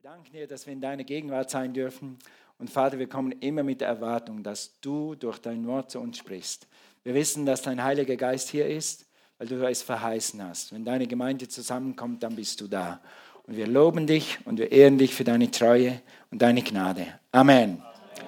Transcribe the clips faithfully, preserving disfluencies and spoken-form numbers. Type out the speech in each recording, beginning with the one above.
danke dir, dass wir in deiner Gegenwart sein dürfen. Und Vater, wir kommen immer mit der Erwartung, dass du durch dein Wort zu uns sprichst. Wir wissen, dass dein Heiliger Geist hier ist, weil du es verheißen hast. Wenn deine Gemeinde zusammenkommt, dann bist du da. Und wir loben dich und wir ehren dich für deine Treue und deine Gnade. Amen. Amen.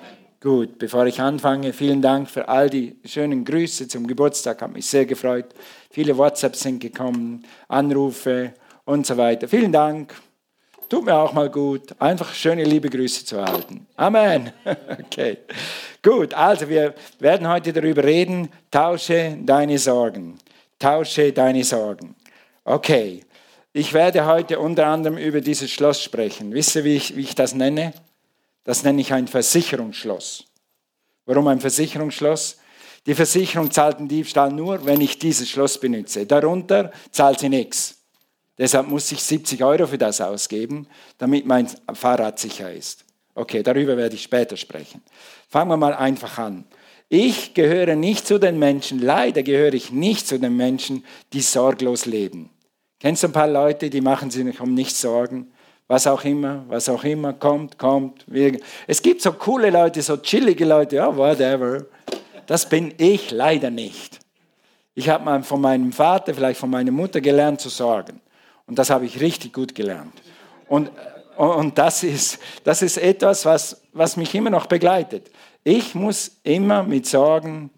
Gut, bevor ich anfange, vielen Dank für all die schönen Grüße zum Geburtstag. Hat mich sehr gefreut. Viele WhatsApps sind gekommen, Anrufe und so weiter. Vielen Dank. Tut mir auch mal gut, einfach schöne, liebe Grüße zu erhalten. Amen. Okay. Gut, also wir werden heute darüber reden, tausche deine Sorgen. Tausche deine Sorgen. Okay, ich werde heute unter anderem über dieses Schloss sprechen. Wisst ihr, wie ich, wie ich das nenne? Das nenne ich ein Versicherungsschloss. Warum ein Versicherungsschloss? Die Versicherung zahlt den Diebstahl nur, wenn ich dieses Schloss benutze. Darunter zahlt sie nichts. Deshalb muss ich siebzig Euro für das ausgeben, damit mein Fahrrad sicher ist. Okay, darüber werde ich später sprechen. Fangen wir mal einfach an. Ich gehöre nicht zu den Menschen, leider gehöre ich nicht zu den Menschen, die sorglos leben. Kennst du ein paar Leute, die machen sich um nichts Sorgen? Was auch immer, was auch immer, kommt, kommt. Es gibt so coole Leute, so chillige Leute, ja, whatever. Das bin ich leider nicht. Ich habe mal von meinem Vater, vielleicht von meiner Mutter gelernt zu sorgen. Und das habe ich richtig gut gelernt. Und, und das ist, das ist etwas, was, was mich immer noch begleitet. Ich muss immer mit Sorgen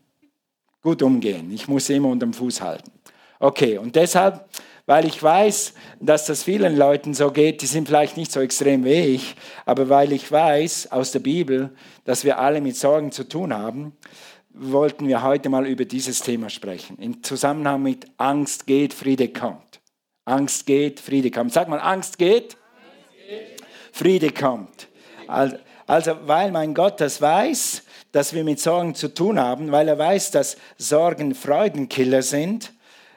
gut umgehen. Ich muss sie immer unter dem Fuß halten. Okay, und deshalb, weil ich weiß, dass das vielen Leuten so geht, die sind vielleicht nicht so extrem wie ich, aber weil ich weiß aus der Bibel, dass wir alle mit Sorgen zu tun haben, wollten wir heute mal über dieses Thema sprechen. Im Zusammenhang mit Angst geht, Friede kommt. Angst geht, Friede kommt. Sag mal, Angst geht, Angst geht. Friede kommt. Also, also, weil mein Gott das weiß, dass wir mit Sorgen zu tun haben, weil er weiß, dass Sorgen Freudenkiller sind,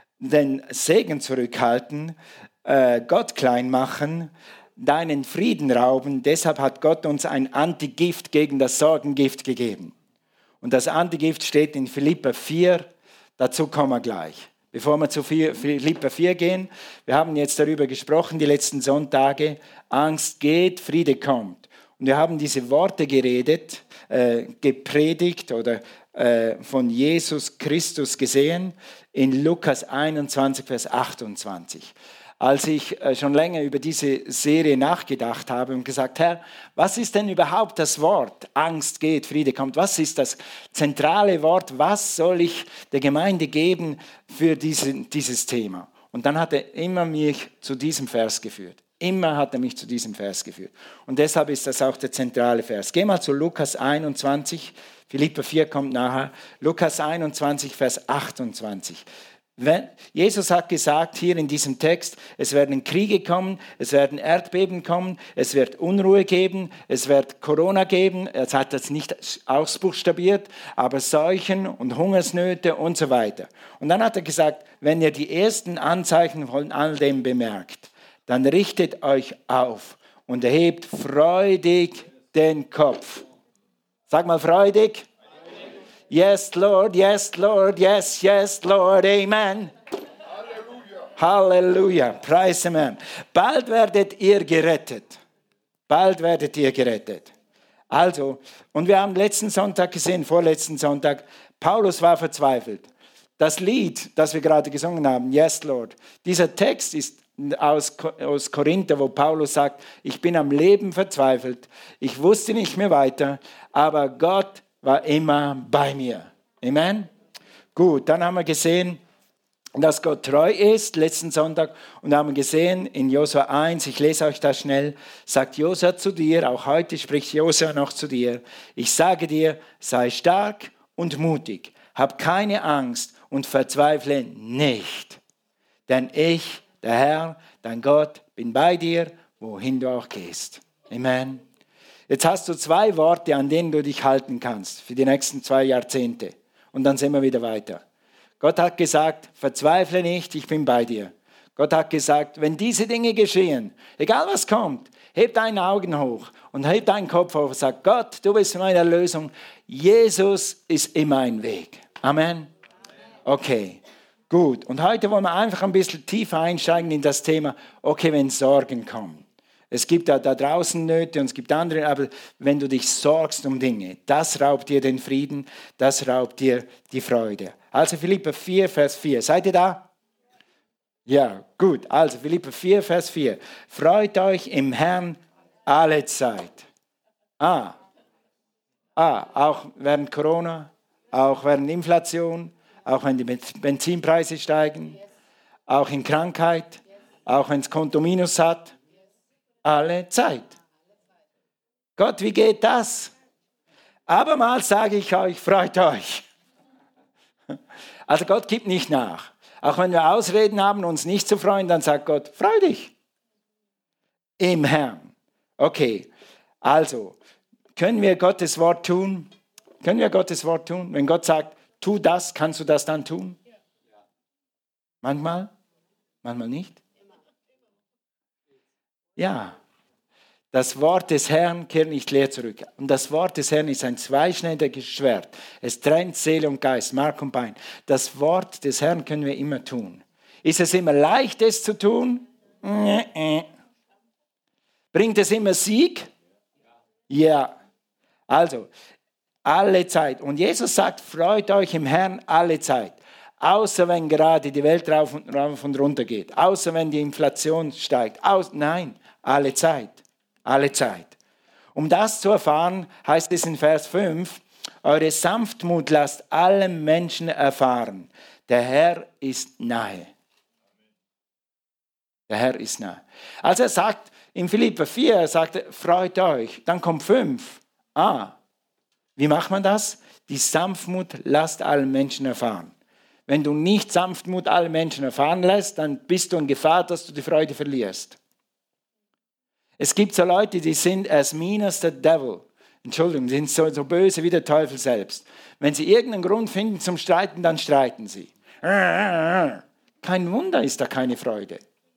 den Segen zurückhalten, äh, Gott klein machen, deinen Frieden rauben. Deshalb hat Gott uns ein Antigift gegen das Sorgengift gegeben. Und das Antigift steht in Philipper vier, dazu kommen wir gleich. Bevor wir zu Philipper vier gehen, wir haben jetzt darüber gesprochen, die letzten Sonntage, Angst geht, Friede kommt. Und wir haben diese Worte geredet, äh, gepredigt oder äh, von Jesus Christus gesehen in Lukas einundzwanzig, Vers achtundzwanzig. Als ich äh, schon länger über diese Serie nachgedacht habe und gesagt, Herr, was ist denn überhaupt das Wort? Angst geht, Friede kommt. Was ist das zentrale Wort? Was soll ich der Gemeinde geben für diese, dieses Thema? Und dann hat er immer mich zu diesem Vers geführt. Immer hat er mich zu diesem Vers geführt. Und deshalb ist das auch der zentrale Vers. Geh mal zu Lukas einundzwanzig. Philipper vier kommt nachher. Lukas einundzwanzig, Vers achtundzwanzig. Wenn, Jesus hat gesagt hier in diesem Text, es werden Kriege kommen, es werden Erdbeben kommen, es wird Unruhe geben, es wird Corona geben, er hat das nicht ausbuchstabiert, aber Seuchen und Hungersnöte und so weiter. Und dann hat er gesagt, wenn ihr die ersten Anzeichen von all dem bemerkt, dann richtet euch auf und erhebt freudig den Kopf. Sag mal freudig. Yes, Lord, yes, Lord, yes, yes, Lord, amen. Halleluja. Halleluja, preis dem Herrn. Bald werdet ihr gerettet. Bald werdet ihr gerettet. Also, und wir haben letzten Sonntag gesehen, vorletzten Sonntag, Paulus war verzweifelt. Das Lied, das wir gerade gesungen haben, Yes, Lord, dieser Text ist aus, aus Korinther, wo Paulus sagt, ich bin am Leben verzweifelt, ich wusste nicht mehr weiter, aber Gott war immer bei mir. Amen? Gut, dann haben wir gesehen, dass Gott treu ist, letzten Sonntag. Und haben wir gesehen in Josua eins, ich lese euch das schnell, sagt Josua zu dir, auch heute spricht Josua noch zu dir, ich sage dir, sei stark und mutig, hab keine Angst und verzweifle nicht. Denn ich, der Herr, dein Gott, bin bei dir, wohin du auch gehst. Amen. Jetzt hast du zwei Worte, an denen du dich halten kannst für die nächsten zwei Jahrzehnte. Und dann sind wir wieder weiter. Gott hat gesagt, verzweifle nicht, ich bin bei dir. Gott hat gesagt, wenn diese Dinge geschehen, egal was kommt, heb deine Augen hoch und heb deinen Kopf hoch und sag, Gott, du bist meine Erlösung. Jesus ist immer ein Weg. Amen. Okay, gut. Und heute wollen wir einfach ein bisschen tiefer einsteigen in das Thema, okay, wenn Sorgen kommen. Es gibt da, da draußen Nöte und es gibt andere, aber wenn du dich sorgst um Dinge, das raubt dir den Frieden, das raubt dir die Freude. Also Philipper vier, Vers vier. Seid ihr da? Ja, gut. Also Philipper vier, Vers vier. Freut euch im Herrn alle Zeit. Ah, ah, auch während Corona, auch während Inflation, auch wenn die Benzinpreise steigen, auch in Krankheit, auch wenn das Konto Minus hat. Alle Zeit. Gott, wie geht das? Abermals sage ich euch, freut euch. Also Gott gibt nicht nach. Auch wenn wir Ausreden haben, uns nicht zu freuen, dann sagt Gott, freu dich. Im Herrn. Okay, also, können wir Gottes Wort tun? Können wir Gottes Wort tun? Wenn Gott sagt, tu das, kannst du das dann tun? Manchmal? Manchmal nicht? Ja, das Wort des Herrn kehrt nicht leer zurück. Und das Wort des Herrn ist ein zweischneidiges Schwert. Es trennt Seele und Geist, Mark und Bein. Das Wort des Herrn können wir immer tun. Ist es immer leicht, es zu tun? Bringt es immer Sieg? Ja. Also, alle Zeit. Und Jesus sagt, freut euch im Herrn alle Zeit. Außer wenn gerade die Welt rauf und, rauf und runter geht. Außer wenn die Inflation steigt. Aus, nein. Alle Zeit, alle Zeit. Um das zu erfahren, heißt es in Vers fünf, eure Sanftmut lasst alle Menschen erfahren. Der Herr ist nahe. Der Herr ist nahe. Also er sagt in Philipper vier, er sagt, freut euch. Dann kommt fünf. Ah, wie macht man das? Die Sanftmut lasst alle Menschen erfahren. Wenn du nicht Sanftmut alle Menschen erfahren lässt, dann bist du in Gefahr, dass du die Freude verlierst. Es gibt so Leute, die sind as mean as the devil. Entschuldigung, die sind so, so böse wie der Teufel selbst. Wenn sie irgendeinen Grund finden zum Streiten, dann streiten sie. Kein Wunder ist da keine Freude.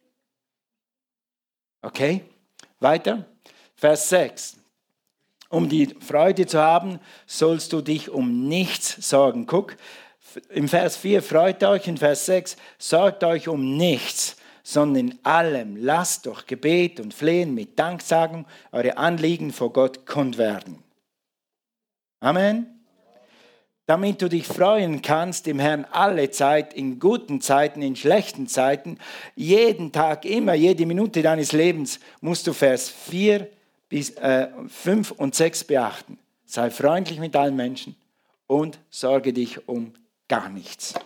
Okay, weiter. Vers sechs. Um die Freude zu haben, sollst du dich um nichts sorgen. Guck, im Vers vier, freut euch, in Vers sechs, sorgt euch um nichts, sondern in allem lasst durch Gebet und Flehen mit Danksagung eure Anliegen vor Gott kund werden. Amen. Damit du dich freuen kannst im Herrn alle Zeit, in guten Zeiten, in schlechten Zeiten, jeden Tag, immer, jede Minute deines Lebens, musst du Vers vier bis äh, fünf und sechs beachten. Sei freundlich mit allen Menschen und sorge dich um gar nichts.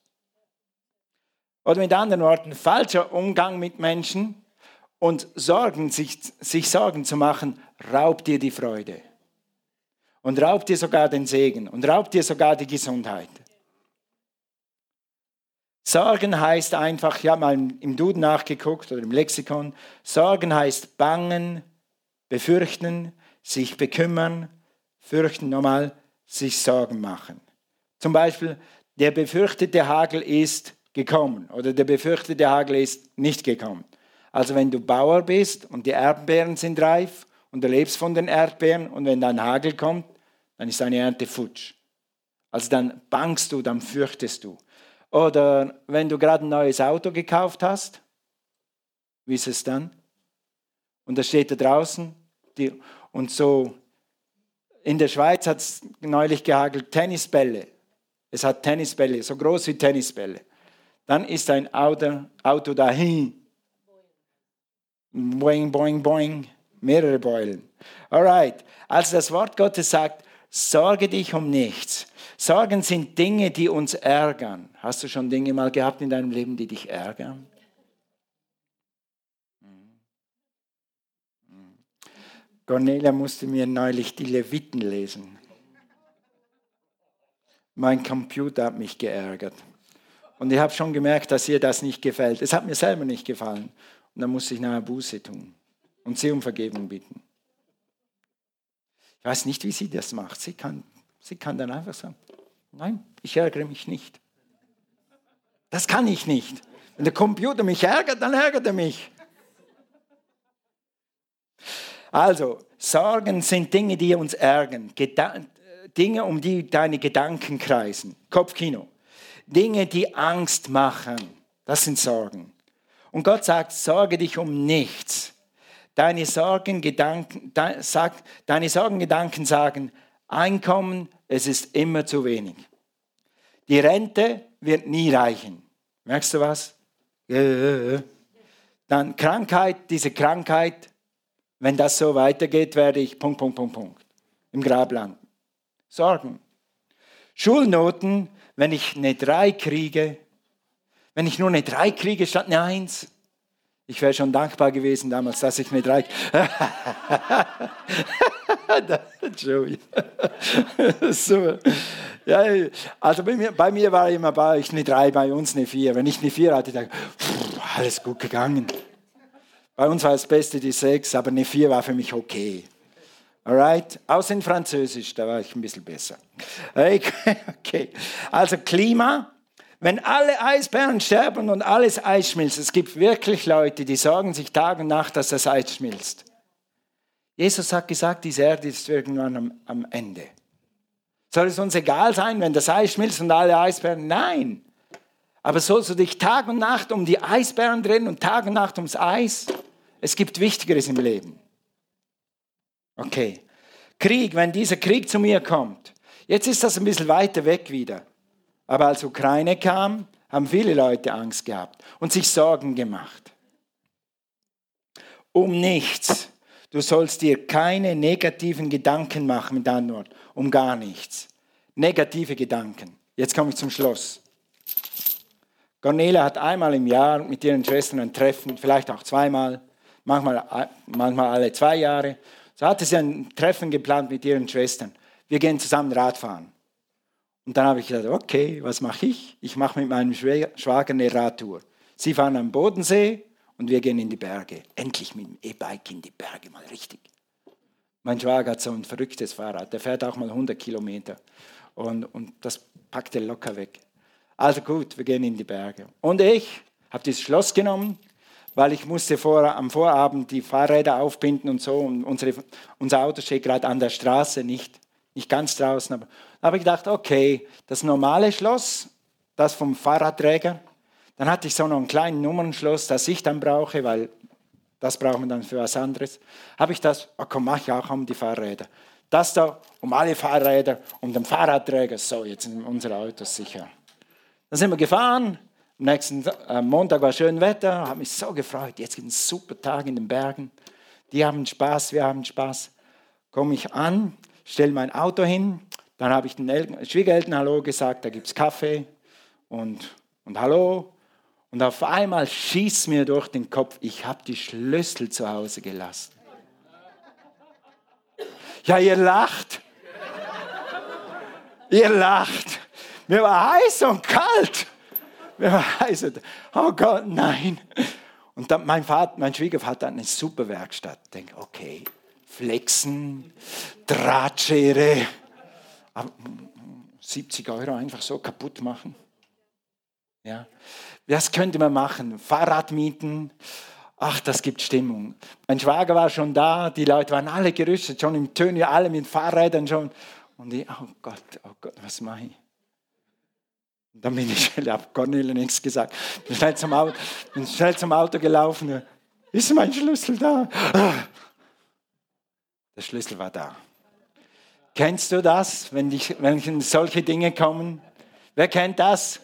Oder mit anderen Worten, falscher Umgang mit Menschen und Sorgen, sich, sich Sorgen zu machen, raubt dir die Freude. Und raubt dir sogar den Segen und raubt dir sogar die Gesundheit. Sorgen heißt einfach, ich habe mal im Duden nachgeguckt oder im Lexikon, Sorgen heißt bangen, befürchten, sich bekümmern, fürchten nochmal, sich Sorgen machen. Zum Beispiel, der befürchtete Hagel ist gekommen oder der befürchtete Hagel ist nicht gekommen. Also wenn du Bauer bist und die Erdbeeren sind reif und du lebst von den Erdbeeren und wenn dann Hagel kommt, dann ist deine Ernte futsch. Also dann bangst du, dann fürchtest du. Oder wenn du gerade ein neues Auto gekauft hast, wie ist es dann? Und da steht da draußen die, und so, in der Schweiz hat es neulich gehagelt, Tennisbälle. Es hat Tennisbälle, so groß wie Tennisbälle. Dann ist ein Auto, Auto dahin. Boing, boing, boing. Mehrere Beulen. Alright. Also das Wort Gottes sagt, sorge dich um nichts. Sorgen sind Dinge, die uns ärgern. Hast du schon Dinge mal gehabt in deinem Leben, die dich ärgern? Cornelia musste mir neulich die Leviten lesen. Mein Computer hat mich geärgert. Und ich habe schon gemerkt, dass ihr das nicht gefällt. Es hat mir selber nicht gefallen. Und dann musste ich nachher Buße tun und sie um Vergebung bitten. Ich weiß nicht, wie sie das macht. Sie kann, sie kann dann einfach sagen, nein, ich ärgere mich nicht. Das kann ich nicht. Wenn der Computer mich ärgert, dann ärgert er mich. Also, Sorgen sind Dinge, die uns ärgern. Gedan- Dinge, um die deine Gedanken kreisen. Kopfkino. Dinge, die Angst machen. Das sind Sorgen. Und Gott sagt, sorge dich um nichts. Deine Sorgen, Gedanken, de, sag, deine Sorgen, Gedanken sagen, Einkommen, es ist immer zu wenig. Die Rente wird nie reichen. Merkst du was? Dann Krankheit, diese Krankheit, wenn das so weitergeht, werde ich Punkt, Punkt, Punkt, Punkt, im Grab landen. Sorgen. Schulnoten, wenn ich eine drei kriege, wenn ich nur eine drei kriege statt eine eins, ich wäre schon dankbar gewesen damals, dass ich eine drei... Entschuldigung. So. Ja, also bei mir, bei mir war immer bei euch eine drei, bei uns eine vier. Wenn ich eine vier hatte, dachte ich, alles gut gegangen. Bei uns war das Beste die sechs, aber eine vier war für mich okay. Alright? Außer in Französisch, da war ich ein bisschen besser. Okay. Also Klima. Wenn alle Eisbären sterben und alles Eis schmilzt, es gibt wirklich Leute, die sorgen sich Tag und Nacht, dass das Eis schmilzt. Jesus hat gesagt, diese Erde ist irgendwann am, am Ende. Soll es uns egal sein, wenn das Eis schmilzt und alle Eisbären? Nein. Aber sollst du dich Tag und Nacht um die Eisbären drehen und Tag und Nacht ums Eis? Es gibt Wichtigeres im Leben. Okay. Krieg, wenn dieser Krieg zu mir kommt. Jetzt ist das ein bisschen weiter weg wieder. Aber als Ukraine kam, haben viele Leute Angst gehabt und sich Sorgen gemacht. Um nichts. Du sollst dir keine negativen Gedanken machen mit anderen Worten. Um gar nichts. Negative Gedanken. Jetzt komme ich zum Schluss. Cornelia hat einmal im Jahr mit ihren Schwestern ein Treffen, vielleicht auch zweimal, manchmal, manchmal alle zwei Jahre. So hatte sie ein Treffen geplant mit ihren Schwestern. Wir gehen zusammen Radfahren. Und dann habe ich gedacht, okay, was mache ich? Ich mache mit meinem Schwager eine Radtour. Sie fahren am Bodensee und wir gehen in die Berge. Endlich mit dem E-Bike in die Berge, mal richtig. Mein Schwager hat so ein verrücktes Fahrrad, der fährt auch mal hundert Kilometer. Und, und das packt er locker weg. Also gut, wir gehen in die Berge. Und ich habe dieses Schloss genommen, weil ich musste vor, am Vorabend die Fahrräder aufbinden und so. Und unsere, unser Auto steht gerade an der Straße, nicht, nicht ganz draußen, aber da habe ich gedacht, okay, das normale Schloss, das vom Fahrradträger, dann hatte ich so noch einen kleinen Nummernschloss, das ich dann brauche, weil das brauchen wir dann für was anderes. Habe ich das, oh komm, mache ich auch um die Fahrräder. Das da um alle Fahrräder, um den Fahrradträger, so, jetzt sind unsere Autos sicher. Dann sind wir gefahren, am nächsten äh, Montag war schön Wetter, habe mich so gefreut, jetzt gibt es einen super Tag in den Bergen. Die haben Spaß, wir haben Spaß. Komme ich an, stelle mein Auto hin, dann habe ich den El- Schwiegereltern Hallo gesagt, da gibt es Kaffee und, und Hallo. Und auf einmal schießt mir durch den Kopf, ich habe die Schlüssel zu Hause gelassen. Ja, ihr lacht. Ihr lacht. Mir war heiß und kalt. Mir war heiß und, oh Gott, nein. Und dann mein Vater, mein Schwiegervater hat eine super Werkstatt. Ich denke, okay, Flexen, Drahtschere, siebzig Euro einfach so kaputt machen. Ja, das könnte man machen. Fahrrad mieten. Ach, das gibt Stimmung. Mein Schwager war schon da, die Leute waren alle gerüstet, schon im Tönnies, alle mit Fahrrädern schon. Und ich, oh Gott, oh Gott, was mache ich? Und dann bin ich, ich habe Cornelia nichts gesagt, bin schnell zum Auto, bin schnell zum Auto gelaufen. Ist mein Schlüssel da? Der Schlüssel war da. Kennst du das, wenn, dich, wenn solche Dinge kommen? Wer kennt das?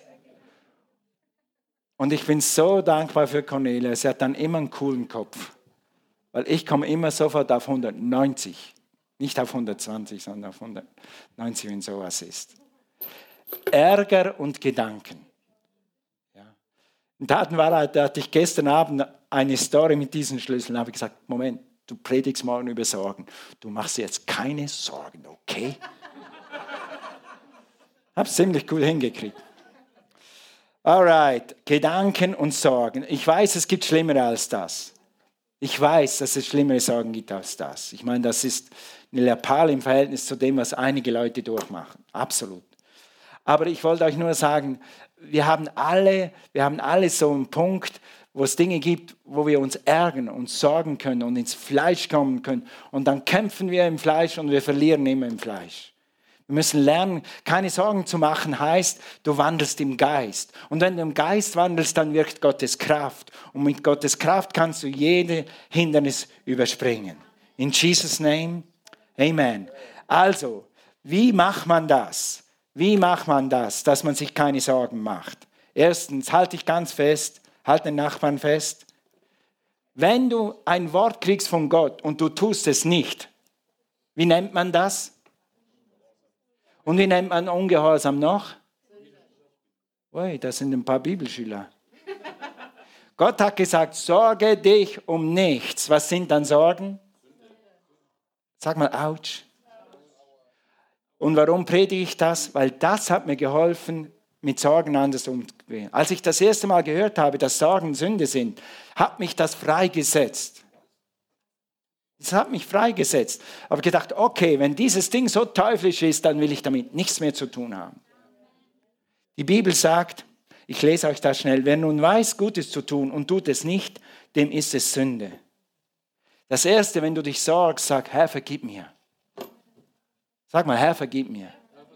Und ich bin so dankbar für Cornelia. Sie hat dann immer einen coolen Kopf. Weil ich komme immer sofort auf hundertneunzig. Nicht auf hundertzwanzig, sondern auf hundertneunzig, wenn sowas ist. Ärger und Gedanken. Ja. In Tatenwahrheit hatte ich gestern Abend eine Story mit diesen Schlüsseln. Da habe ich gesagt, Moment, du predigst morgen über Sorgen. Du machst dir jetzt keine Sorgen, okay? Habe es ziemlich gut hingekriegt. Alright, Gedanken und Sorgen. Ich weiß, es gibt Schlimmere als das. Ich weiß, dass es schlimmere Sorgen gibt als das. Ich meine, das ist eine Lappale im Verhältnis zu dem, was einige Leute durchmachen. Absolut. Aber ich wollte euch nur sagen, wir haben alle, wir haben alle so einen Punkt, wo es Dinge gibt, wo wir uns ärgern und sorgen können und ins Fleisch kommen können. Und dann kämpfen wir im Fleisch und wir verlieren immer im Fleisch. Wir müssen lernen, keine Sorgen zu machen, heißt, du wandelst im Geist. Und wenn du im Geist wandelst, dann wirkt Gottes Kraft. Und mit Gottes Kraft kannst du jede Hindernis überspringen. In Jesus' name, amen. Also, wie macht man das? Wie macht man das, dass man sich keine Sorgen macht? Erstens, halt dich ganz fest, halt den Nachbarn fest. Wenn du ein Wort kriegst von Gott und du tust es nicht, wie nennt man das? Und wie nennt man Ungehorsam noch? Ui, das sind ein paar Bibelschüler. Gott hat gesagt, sorge dich um nichts. Was sind dann Sorgen? Sag mal, ouch. Und warum predige ich das? Weil das hat mir geholfen, mit Sorgen anders umzugehen. Als ich das erste Mal gehört habe, dass Sorgen Sünde sind, hat mich das freigesetzt. Das hat mich freigesetzt. Aber gedacht, okay, wenn dieses Ding so teuflisch ist, dann will ich damit nichts mehr zu tun haben. Die Bibel sagt, ich lese euch das schnell, wer nun weiß, Gutes zu tun und tut es nicht, dem ist es Sünde. Das Erste, wenn du dich sorgst, sag, Herr, vergib mir. Sag mal, Herr, vergib mir.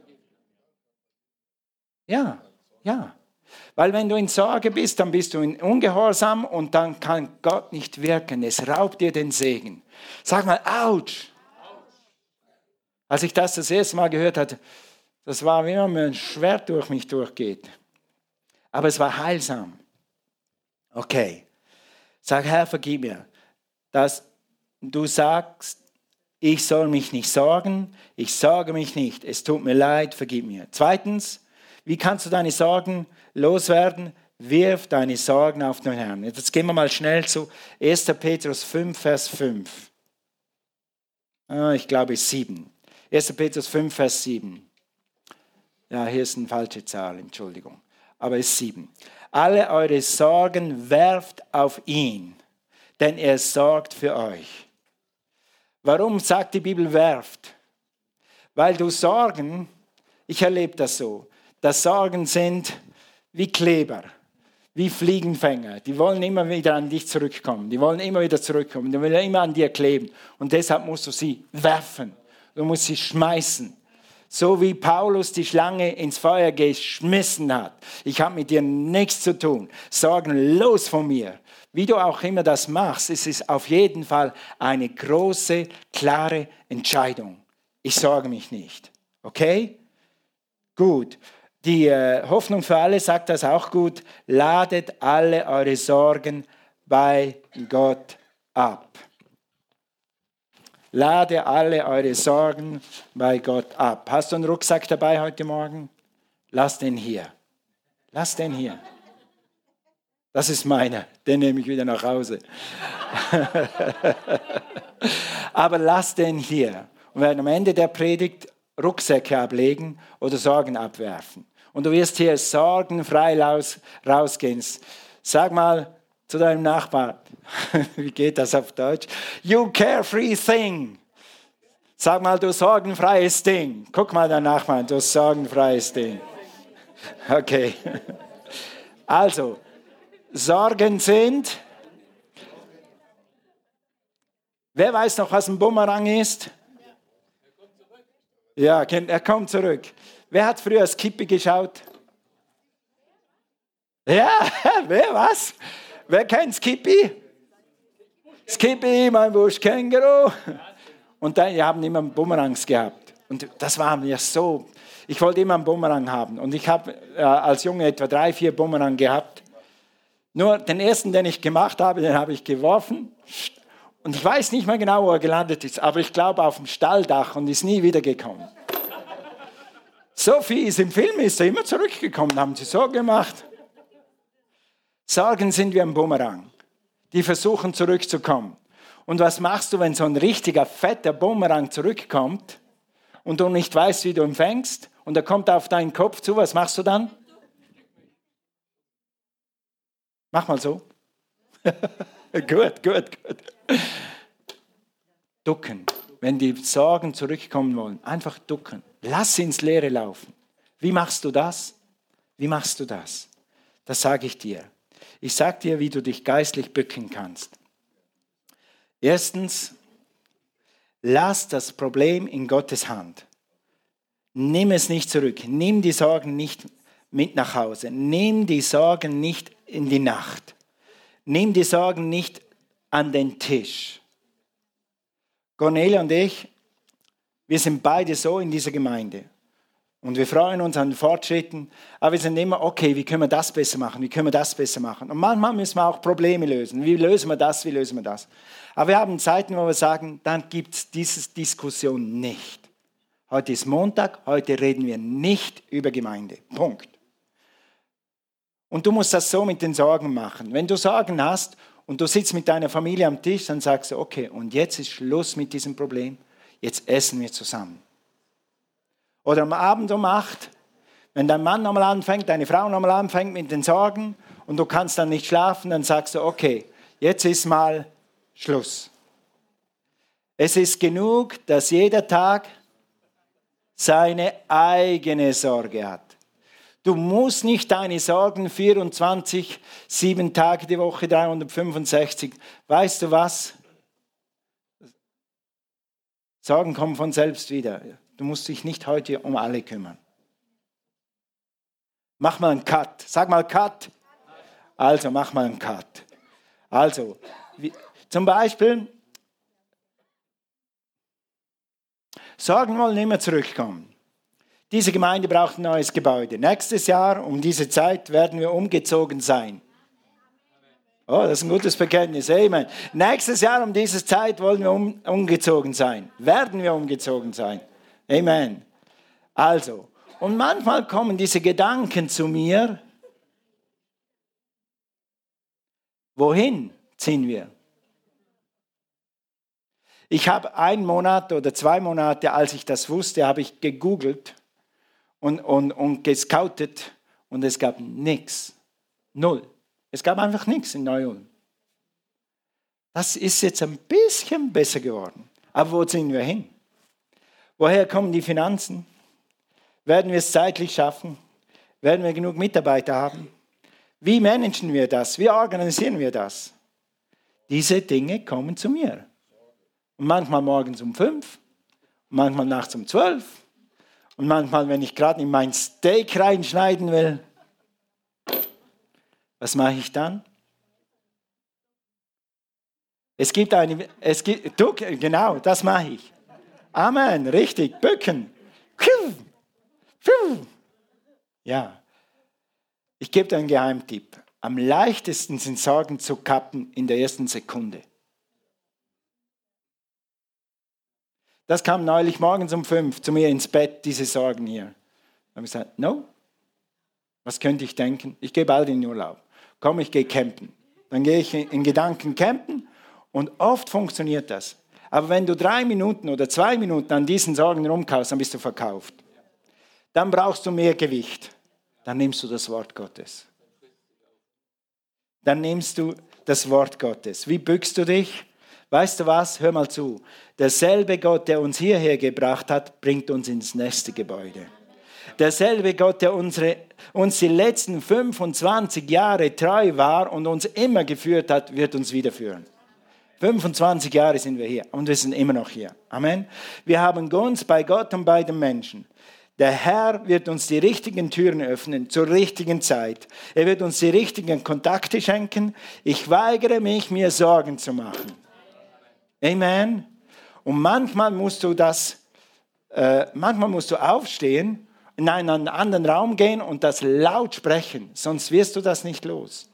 Ja, ja. Weil wenn du in Sorge bist, dann bist du in Ungehorsam und dann kann Gott nicht wirken. Es raubt dir den Segen. Sag mal, ouch. Als ich das das erste Mal gehört hatte, das war wie wenn ein Schwert durch mich durchgeht. Aber es war heilsam. Okay. Sag, Herr, vergib mir, dass du sagst, ich soll mich nicht sorgen, ich sorge mich nicht, es tut mir leid, vergib mir. Zweitens, wie kannst du deine Sorgen loswerden? Wirf deine Sorgen auf den Herrn. Jetzt gehen wir mal schnell zu erster Petrus fünf, Vers fünf. Ah, ich glaube sieben. erster Petrus fünf, Vers sieben. Ja, hier ist eine falsche Zahl, Entschuldigung. Aber es ist sieben. Alle eure Sorgen werft auf ihn, denn er sorgt für euch. Warum sagt die Bibel werft? Weil du Sorgen, ich erlebe das so, dass Sorgen sind wie Kleber, wie Fliegenfänger. Die wollen immer wieder an dich zurückkommen. Die wollen immer wieder zurückkommen. Die wollen immer an dir kleben. Und deshalb musst du sie werfen. Du musst sie schmeißen. So wie Paulus die Schlange ins Feuer geschmissen hat. Ich habe mit dir nichts zu tun. Sorgen los von mir. Wie du auch immer das machst, es ist auf jeden Fall eine große, klare Entscheidung. Ich sorge mich nicht. Okay? Gut. Die äh, Hoffnung für alle sagt das auch gut. Ladet alle eure Sorgen bei Gott ab. Lade alle eure Sorgen bei Gott ab. Hast du einen Rucksack dabei heute Morgen? Lass den hier. Lass den hier. Das ist meiner. Den nehme ich wieder nach Hause. Aber lass den hier. Und wir werden am Ende der Predigt Rucksäcke ablegen oder Sorgen abwerfen. Und du wirst hier sorgenfrei raus, rausgehen. Sag mal zu deinem Nachbarn, wie geht das auf Deutsch? You carefree thing. Sag mal, du sorgenfreies Ding. Guck mal deinen Nachbarn, du sorgenfreies Ding. Okay. Also, Sorgen sind. Wer weiß noch, was ein Bumerang ist? Ja, er kommt zurück. Wer hat früher Skippy geschaut? Ja, wer was? Wer kennt Skippy? Skippy, mein Buschkänguru. Und dann, wir haben immer Bumerangs gehabt. Und das war mir so, ich wollte immer einen Bumerang haben. Und ich habe äh, als Junge etwa drei, vier Bumerang gehabt. Nur den ersten, den ich gemacht habe, den habe ich geworfen. Und ich weiß nicht mehr genau, wo er gelandet ist, aber ich glaube auf dem Stalldach und ist nie wiedergekommen. So fies, im Film ist er immer zurückgekommen, haben sie so gemacht. Sorgen sind wie ein Bumerang. Die versuchen zurückzukommen. Und was machst du, wenn so ein richtiger, fetter Bumerang zurückkommt und du nicht weißt, wie du ihn fängst und er kommt auf deinen Kopf zu, was machst du dann? Mach mal so. Gut, gut, gut. Ducken. Wenn die Sorgen zurückkommen wollen, einfach ducken. Lass sie ins Leere laufen. Wie machst du das? Wie machst du das? Das sage ich dir. Ich sage dir, wie du dich geistlich bücken kannst. Erstens, lass das Problem in Gottes Hand. Nimm es nicht zurück. Nimm die Sorgen nicht mit nach Hause. Nimm die Sorgen nicht in die Nacht. Nimm die Sorgen nicht an den Tisch. Cornelia und ich, wir sind beide so in dieser Gemeinde. Und wir freuen uns an den Fortschritten, aber wir sind immer, okay, wie können wir das besser machen, wie können wir das besser machen. Und manchmal müssen wir auch Probleme lösen. Wie lösen wir das, wie lösen wir das? Aber wir haben Zeiten, wo wir sagen, dann gibt es diese Diskussion nicht. Heute ist Montag, heute reden wir nicht über Gemeinde. Punkt. Und du musst das so mit den Sorgen machen. Wenn du Sorgen hast und du sitzt mit deiner Familie am Tisch, dann sagst du, okay, und jetzt ist Schluss mit diesem Problem, jetzt essen wir zusammen. Oder am Abend um acht, wenn dein Mann nochmal anfängt, deine Frau nochmal anfängt mit den Sorgen und du kannst dann nicht schlafen, dann sagst du, okay, jetzt ist mal Schluss. Es ist genug, dass jeder Tag seine eigene Sorge hat. Du musst nicht deine Sorgen vierundzwanzig, sieben Tage die Woche, dreihundertfünfundsechzig. Weißt du was? Sorgen kommen von selbst wieder. Du musst dich nicht heute um alle kümmern. Mach mal einen Cut. Sag mal Cut. Also, mach mal einen Cut. Also, wie, zum Beispiel, Sorgen wollen immer zurückkommen. Diese Gemeinde braucht ein neues Gebäude. Nächstes Jahr, um diese Zeit, werden wir umgezogen sein. Oh, das ist ein gutes Bekenntnis. Amen. Nächstes Jahr um diese Zeit wollen wir um, umgezogen sein. Werden wir umgezogen sein. Amen. Also, und manchmal kommen diese Gedanken zu mir. Wohin ziehen wir? Ich habe einen Monat oder zwei Monate, als ich das wusste, habe ich gegoogelt und, und, und gescoutet und es gab nichts. Null. Es gab einfach nichts in Neu-Ulm. Das ist jetzt ein bisschen besser geworden. Aber wo ziehen wir hin? Woher kommen die Finanzen? Werden wir es zeitlich schaffen? Werden wir genug Mitarbeiter haben? Wie managen wir das? Wie organisieren wir das? Diese Dinge kommen zu mir. Und manchmal morgens um fünf, manchmal nachts um zwölf und manchmal, wenn ich gerade in mein Steak reinschneiden will. Was mache ich dann? Es gibt eine, es gibt, du, genau, das mache ich. Amen, richtig, bücken. Ja, ich gebe dir einen Geheimtipp. Am leichtesten sind Sorgen zu kappen in der ersten Sekunde. Das kam neulich morgens um fünf zu mir ins Bett, diese Sorgen hier. Da habe ich gesagt, no, was könnte ich denken? Ich gehe bald in den Urlaub. Komm, ich gehe campen. Dann gehe ich in Gedanken campen und oft funktioniert das. Aber wenn du drei Minuten oder zwei Minuten an diesen Sorgen rumkaust, dann bist du verkauft. Dann brauchst du mehr Gewicht. Dann nimmst du das Wort Gottes. Dann nimmst du das Wort Gottes. Wie bückst du dich? Weißt du was? Hör mal zu. Derselbe Gott, der uns hierher gebracht hat, bringt uns ins nächste Gebäude. Derselbe Gott, der unsere, uns die letzten fünfundzwanzig Jahre treu war und uns immer geführt hat, wird uns wieder führen. fünfundzwanzig Jahre sind wir hier und wir sind immer noch hier. Amen. Wir haben Gunst bei Gott und bei den Menschen. Der Herr wird uns die richtigen Türen öffnen, zur richtigen Zeit. Er wird uns die richtigen Kontakte schenken. Ich weigere mich, mir Sorgen zu machen. Amen. Und manchmal musst du das, äh, manchmal musst du aufstehen, in einen anderen Raum gehen und das laut sprechen, sonst wirst du das nicht los.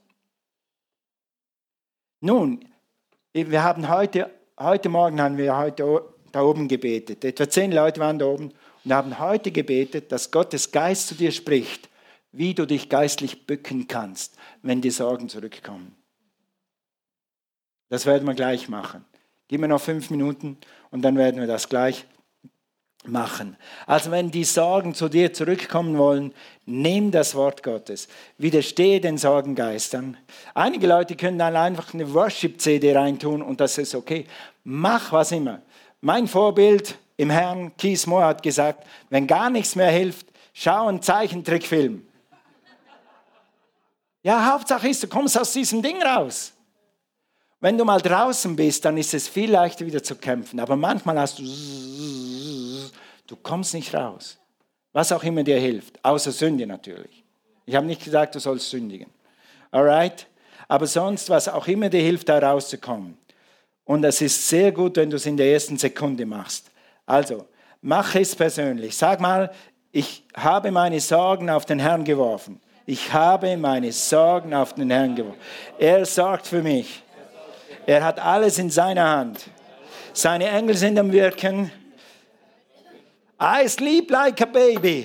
Nun, wir haben heute, heute Morgen haben wir heute da oben gebetet. Etwa zehn Leute waren da oben und haben heute gebetet, dass Gottes Geist zu dir spricht, wie du dich geistlich bücken kannst, wenn die Sorgen zurückkommen. Das werden wir gleich machen. Gib mir noch fünf Minuten und dann werden wir das gleich machen. Also wenn die Sorgen zu dir zurückkommen wollen, nimm das Wort Gottes. Widerstehe den Sorgengeistern. Einige Leute können dann einfach eine Worship-C D reintun und das ist okay. Mach was immer. Mein Vorbild im Herrn, Keith Moore, hat gesagt, wenn gar nichts mehr hilft, schau einen Zeichentrickfilm. Ja, Hauptsache ist, du kommst aus diesem Ding raus. Wenn du mal draußen bist, dann ist es viel leichter wieder zu kämpfen. Aber manchmal hast du, du kommst nicht raus. Was auch immer dir hilft, außer Sünde natürlich. Ich habe nicht gesagt, du sollst sündigen. Alright? Aber sonst, was auch immer dir hilft, da rauszukommen. Und es ist sehr gut, wenn du es in der ersten Sekunde machst. Also, mach es persönlich. Sag mal, ich habe meine Sorgen auf den Herrn geworfen. Ich habe meine Sorgen auf den Herrn geworfen. Er sorgt für mich. Er hat alles in seiner Hand. Seine Engel sind am Wirken. I sleep like a baby.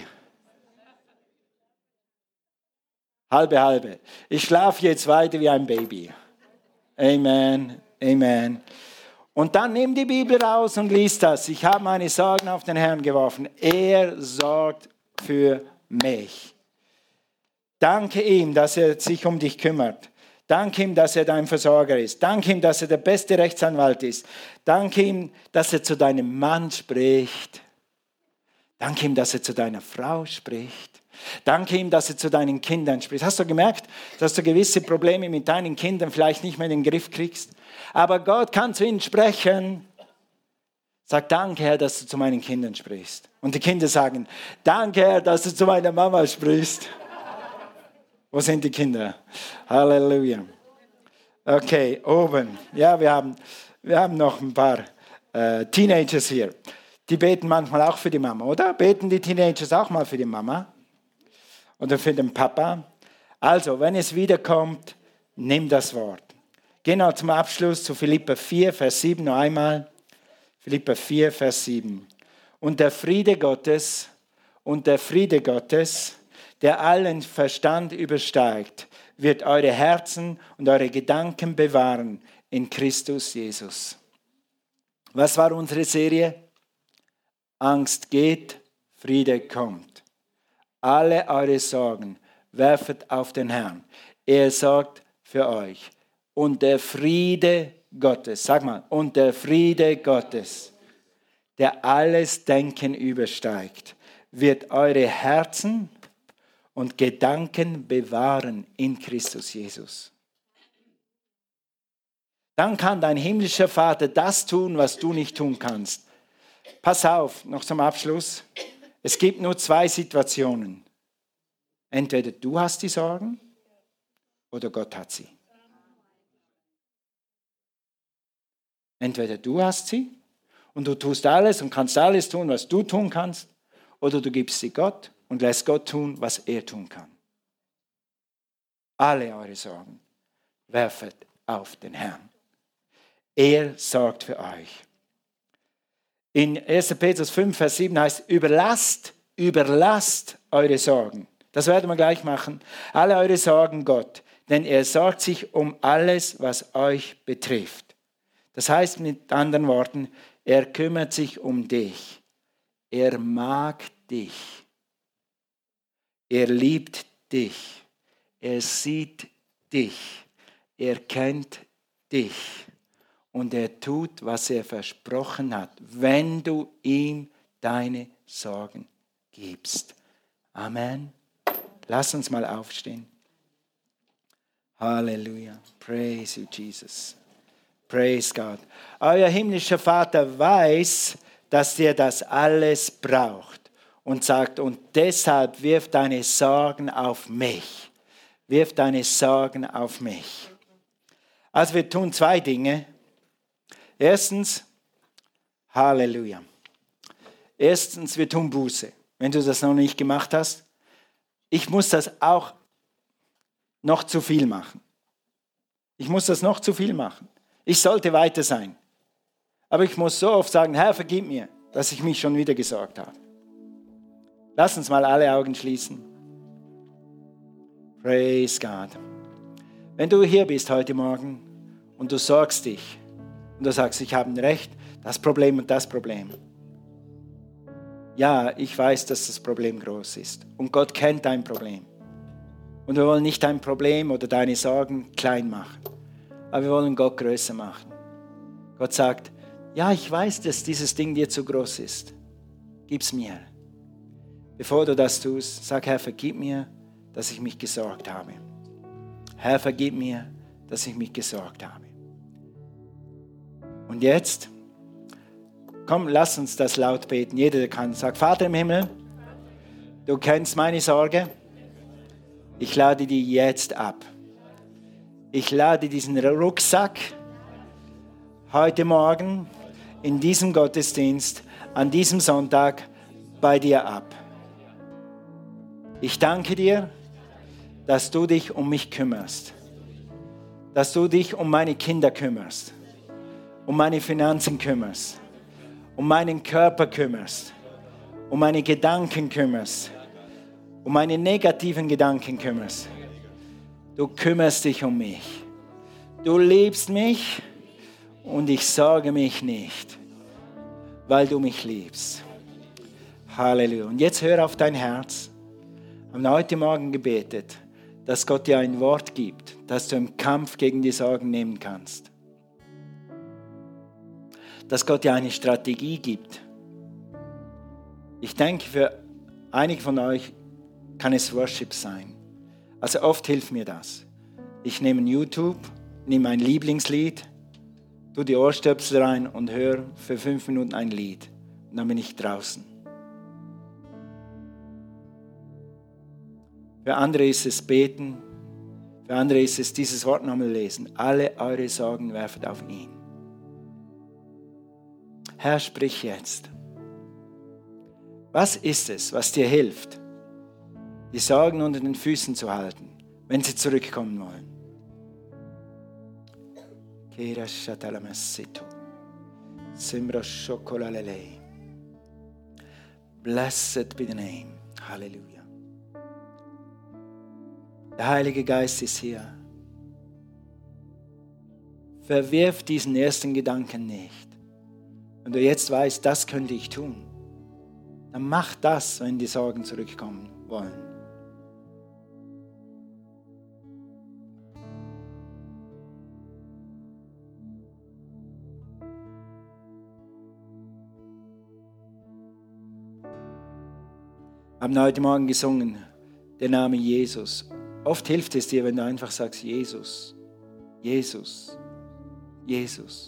Halbe, halbe. Ich schlafe jetzt weiter wie ein Baby. Amen, amen. Und dann nimm die Bibel raus und lies das. Ich habe meine Sorgen auf den Herrn geworfen. Er sorgt für mich. Danke ihm, dass er sich um dich kümmert. Danke ihm, dass er dein Versorger ist. Danke ihm, dass er der beste Rechtsanwalt ist. Danke ihm, dass er zu deinem Mann spricht. Danke ihm, dass er zu deiner Frau spricht. Danke ihm, dass er zu deinen Kindern spricht. Hast du gemerkt, dass du gewisse Probleme mit deinen Kindern vielleicht nicht mehr in den Griff kriegst? Aber Gott kann zu ihnen sprechen. Sag, danke Herr, dass du zu meinen Kindern sprichst. Und die Kinder sagen, danke Herr, dass du zu meiner Mama sprichst. Wo sind die Kinder? Halleluja. Okay, oben. Ja, wir haben, wir haben noch ein paar äh, Teenagers hier. Die beten manchmal auch für die Mama, oder? Beten die Teenagers auch mal für die Mama? Oder für den Papa? Also, wenn es wiederkommt, nimm das Wort. Gehen wir zum Abschluss zu Philipper vier, Vers sieben noch einmal. Philipper vier, Vers sieben. Und der Friede Gottes, und der Friede Gottes, der allen Verstand übersteigt, wird eure Herzen und eure Gedanken bewahren in Christus Jesus. Was war unsere Serie? Angst geht, Friede kommt. Alle eure Sorgen werfet auf den Herrn. Er sorgt für euch. Und der Friede Gottes, sag mal, und der Friede Gottes, der alles Denken übersteigt, wird eure Herzen und Gedanken bewahren in Christus Jesus. Dann kann dein himmlischer Vater das tun, was du nicht tun kannst. Pass auf, noch zum Abschluss. Es gibt nur zwei Situationen. Entweder du hast die Sorgen oder Gott hat sie. Entweder du hast sie und du tust alles und kannst alles tun, was du tun kannst, oder du gibst sie Gott und lässt Gott tun, was er tun kann. Alle eure Sorgen werfet auf den Herrn. Er sorgt für euch. In erster Petrus fünf, Vers sieben heißt, überlasst, überlasst eure Sorgen. Das werden wir gleich machen. Alle eure Sorgen Gott, denn er sorgt sich um alles, was euch betrifft. Das heißt mit anderen Worten, er kümmert sich um dich. Er mag dich. Er liebt dich. Er sieht dich. Er kennt dich. Und er tut, was er versprochen hat, wenn du ihm deine Sorgen gibst. Amen. Lass uns mal aufstehen. Halleluja. Praise you, Jesus. Praise God. Euer himmlischer Vater weiß, dass ihr das alles braucht und sagt, und deshalb wirf deine Sorgen auf mich. Wirf deine Sorgen auf mich. Also wir tun zwei Dinge. Erstens, Halleluja. Erstens, wir tun Buße. Wenn du das noch nicht gemacht hast, ich muss das auch noch zu viel machen. Ich muss das noch zu viel machen. Ich sollte weiter sein. Aber ich muss so oft sagen, Herr, vergib mir, dass ich mich schon wieder gesorgt habe. Lass uns mal alle Augen schließen. Praise God. Wenn du hier bist heute Morgen und du sorgst dich und du sagst, ich habe ein Recht, das Problem und das Problem. Ja, ich weiß, dass das Problem groß ist. Und Gott kennt dein Problem. Und wir wollen nicht dein Problem oder deine Sorgen klein machen. Aber wir wollen Gott größer machen. Gott sagt, ja, ich weiß, dass dieses Ding dir zu groß ist. Gib's mir. Bevor du das tust, sag, Herr, vergib mir, dass ich mich gesorgt habe. Herr, vergib mir, dass ich mich gesorgt habe. Und jetzt, komm, lass uns das laut beten. Jeder, der kann, sagt, Vater im Himmel, Du kennst meine Sorge. Ich lade die jetzt ab. Ich lade diesen Rucksack heute Morgen in diesem Gottesdienst, an diesem Sonntag bei dir ab. Ich danke dir, dass du dich um mich kümmerst, dass du dich um meine Kinder kümmerst, um meine Finanzen kümmerst, um meinen Körper kümmerst, um meine Gedanken kümmerst, um meine negativen Gedanken kümmerst. Du kümmerst dich um mich. Du liebst mich und ich sorge mich nicht, weil du mich liebst. Halleluja. Und jetzt hör auf dein Herz. Wir haben heute Morgen gebetet, dass Gott dir ein Wort gibt, das du im Kampf gegen die Sorgen nehmen kannst. Dass Gott dir eine Strategie gibt. Ich denke, für einige von euch kann es Worship sein. Also oft hilft mir das. Ich nehme YouTube, nehme mein Lieblingslied, tue die Ohrstöpsel rein und höre für fünf Minuten ein Lied. Und dann bin ich draußen. Für andere ist es beten. Für andere ist es dieses Wort nochmal lesen. Alle eure Sorgen werft auf ihn. Herr, sprich jetzt. Was ist es, was dir hilft, die Sorgen unter den Füßen zu halten, wenn sie zurückkommen wollen? Blessed be the name. Halleluja. Der Heilige Geist ist hier. Verwirf diesen ersten Gedanken nicht. Wenn du jetzt weißt, das könnte ich tun, dann mach das, wenn die Sorgen zurückkommen wollen. Wir haben heute Morgen gesungen, der Name Jesus. Oft hilft es dir, wenn du einfach sagst, Jesus, Jesus, Jesus.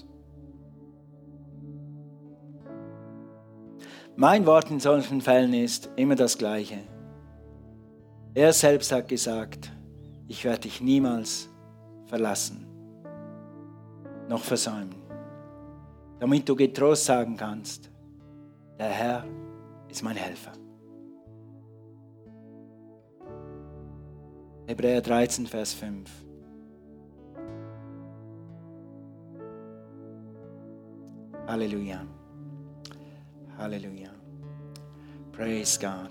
Mein Wort in solchen Fällen ist immer das Gleiche. Er selbst hat gesagt, ich werde dich niemals verlassen, noch versäumen. Damit du getrost sagen kannst, der Herr ist mein Helfer. Hebräer dreizehn, Vers fünf. Halleluja. Halleluja. Praise God.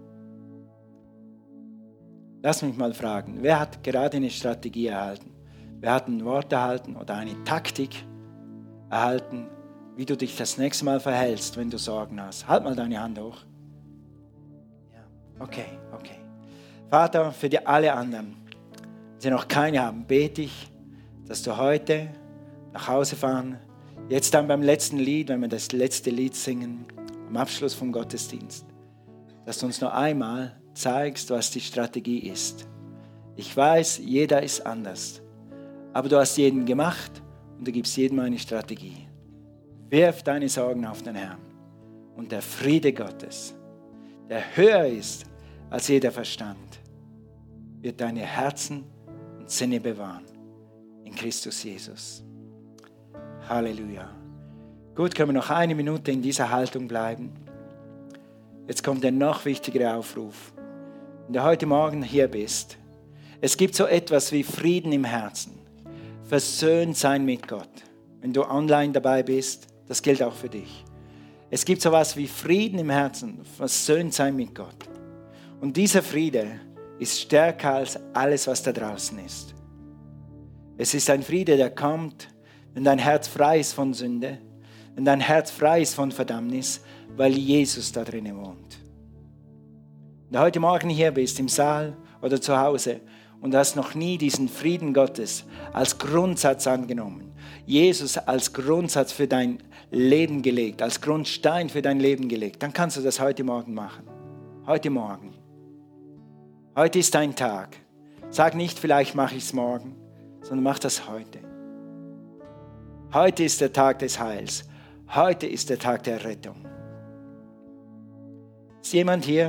Lass mich mal fragen, wer hat gerade eine Strategie erhalten? Wer hat ein Wort erhalten oder eine Taktik erhalten, wie du dich das nächste Mal verhältst, wenn du Sorgen hast? Halt mal deine Hand hoch. Ja, okay, okay. Vater, für die alle anderen, die noch keine haben, bete ich, dass du heute nach Hause fahren, jetzt dann beim letzten Lied, wenn wir das letzte Lied singen, am Abschluss vom Gottesdienst, dass du uns noch einmal zeigst, was die Strategie ist. Ich weiß, jeder ist anders, aber du hast jeden gemacht und du gibst jedem eine Strategie. Wirf deine Sorgen auf den Herrn und der Friede Gottes, der höher ist als jeder Verstand, wird deine Herzen und Sinne bewahren. In Christus Jesus. Halleluja. Gut, können wir noch eine Minute in dieser Haltung bleiben. Jetzt kommt der noch wichtigere Aufruf. Wenn du heute Morgen hier bist, es gibt so etwas wie Frieden im Herzen. Versöhnt sein mit Gott. Wenn du online dabei bist, das gilt auch für dich. Es gibt so etwas wie Frieden im Herzen, versöhnt sein mit Gott. Und dieser Friede ist stärker als alles, was da draußen ist. Es ist ein Friede, der kommt, wenn dein Herz frei ist von Sünde, wenn dein Herz frei ist von Verdammnis, weil Jesus da drinnen wohnt. Wenn du heute Morgen hier bist, im Saal oder zu Hause und hast noch nie diesen Frieden Gottes als Grundsatz angenommen, Jesus als Grundsatz für dein Leben gelegt, als Grundstein für dein Leben gelegt, dann kannst du das heute Morgen machen. Heute Morgen. Heute ist dein Tag. Sag nicht, vielleicht mache ich es morgen, sondern mach das heute. Heute ist der Tag des Heils. Heute ist der Tag der Rettung. Ist jemand hier,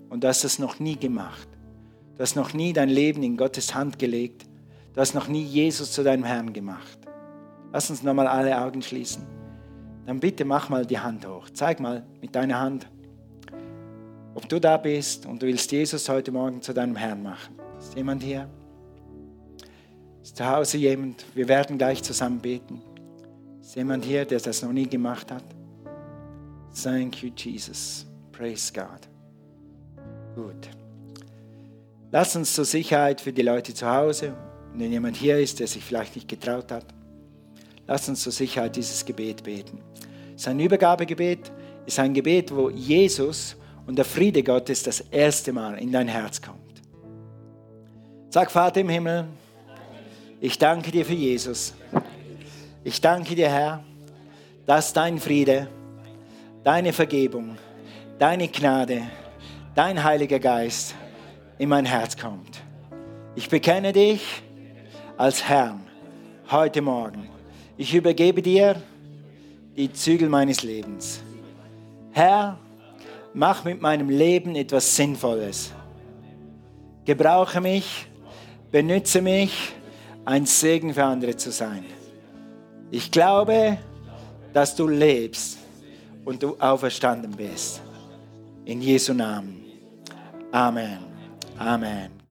und du hast das noch nie gemacht. Du hast noch nie dein Leben in Gottes Hand gelegt. Du hast noch nie Jesus zu deinem Herrn gemacht. Lass uns nochmal alle Augen schließen. Dann bitte mach mal die Hand hoch. Zeig mal mit deiner Hand, ob du da bist und du willst Jesus heute Morgen zu deinem Herrn machen. Ist jemand hier? Ist zu Hause jemand? Wir werden gleich zusammen beten. Ist jemand hier, der das noch nie gemacht hat? Thank you, Jesus. Praise God. Gut. Lass uns zur Sicherheit für die Leute zu Hause, wenn jemand hier ist, der sich vielleicht nicht getraut hat, lass uns zur Sicherheit dieses Gebet beten. Es ist ein Übergabegebet, es ist ein Gebet, wo Jesus und der Friede Gottes das erste Mal in dein Herz kommt. Sag, Vater im Himmel, ich danke dir für Jesus. Ich danke dir, Herr, dass dein Friede, deine Vergebung, deine Gnade, dein Heiliger Geist in mein Herz kommt. Ich bekenne dich als Herrn heute Morgen. Ich übergebe dir die Zügel meines Lebens. Herr, mach mit meinem Leben etwas Sinnvolles. Gebrauche mich, benütze mich, ein Segen für andere zu sein. Ich glaube, dass du lebst und du auferstanden bist. In Jesu Namen. Amen. Amen.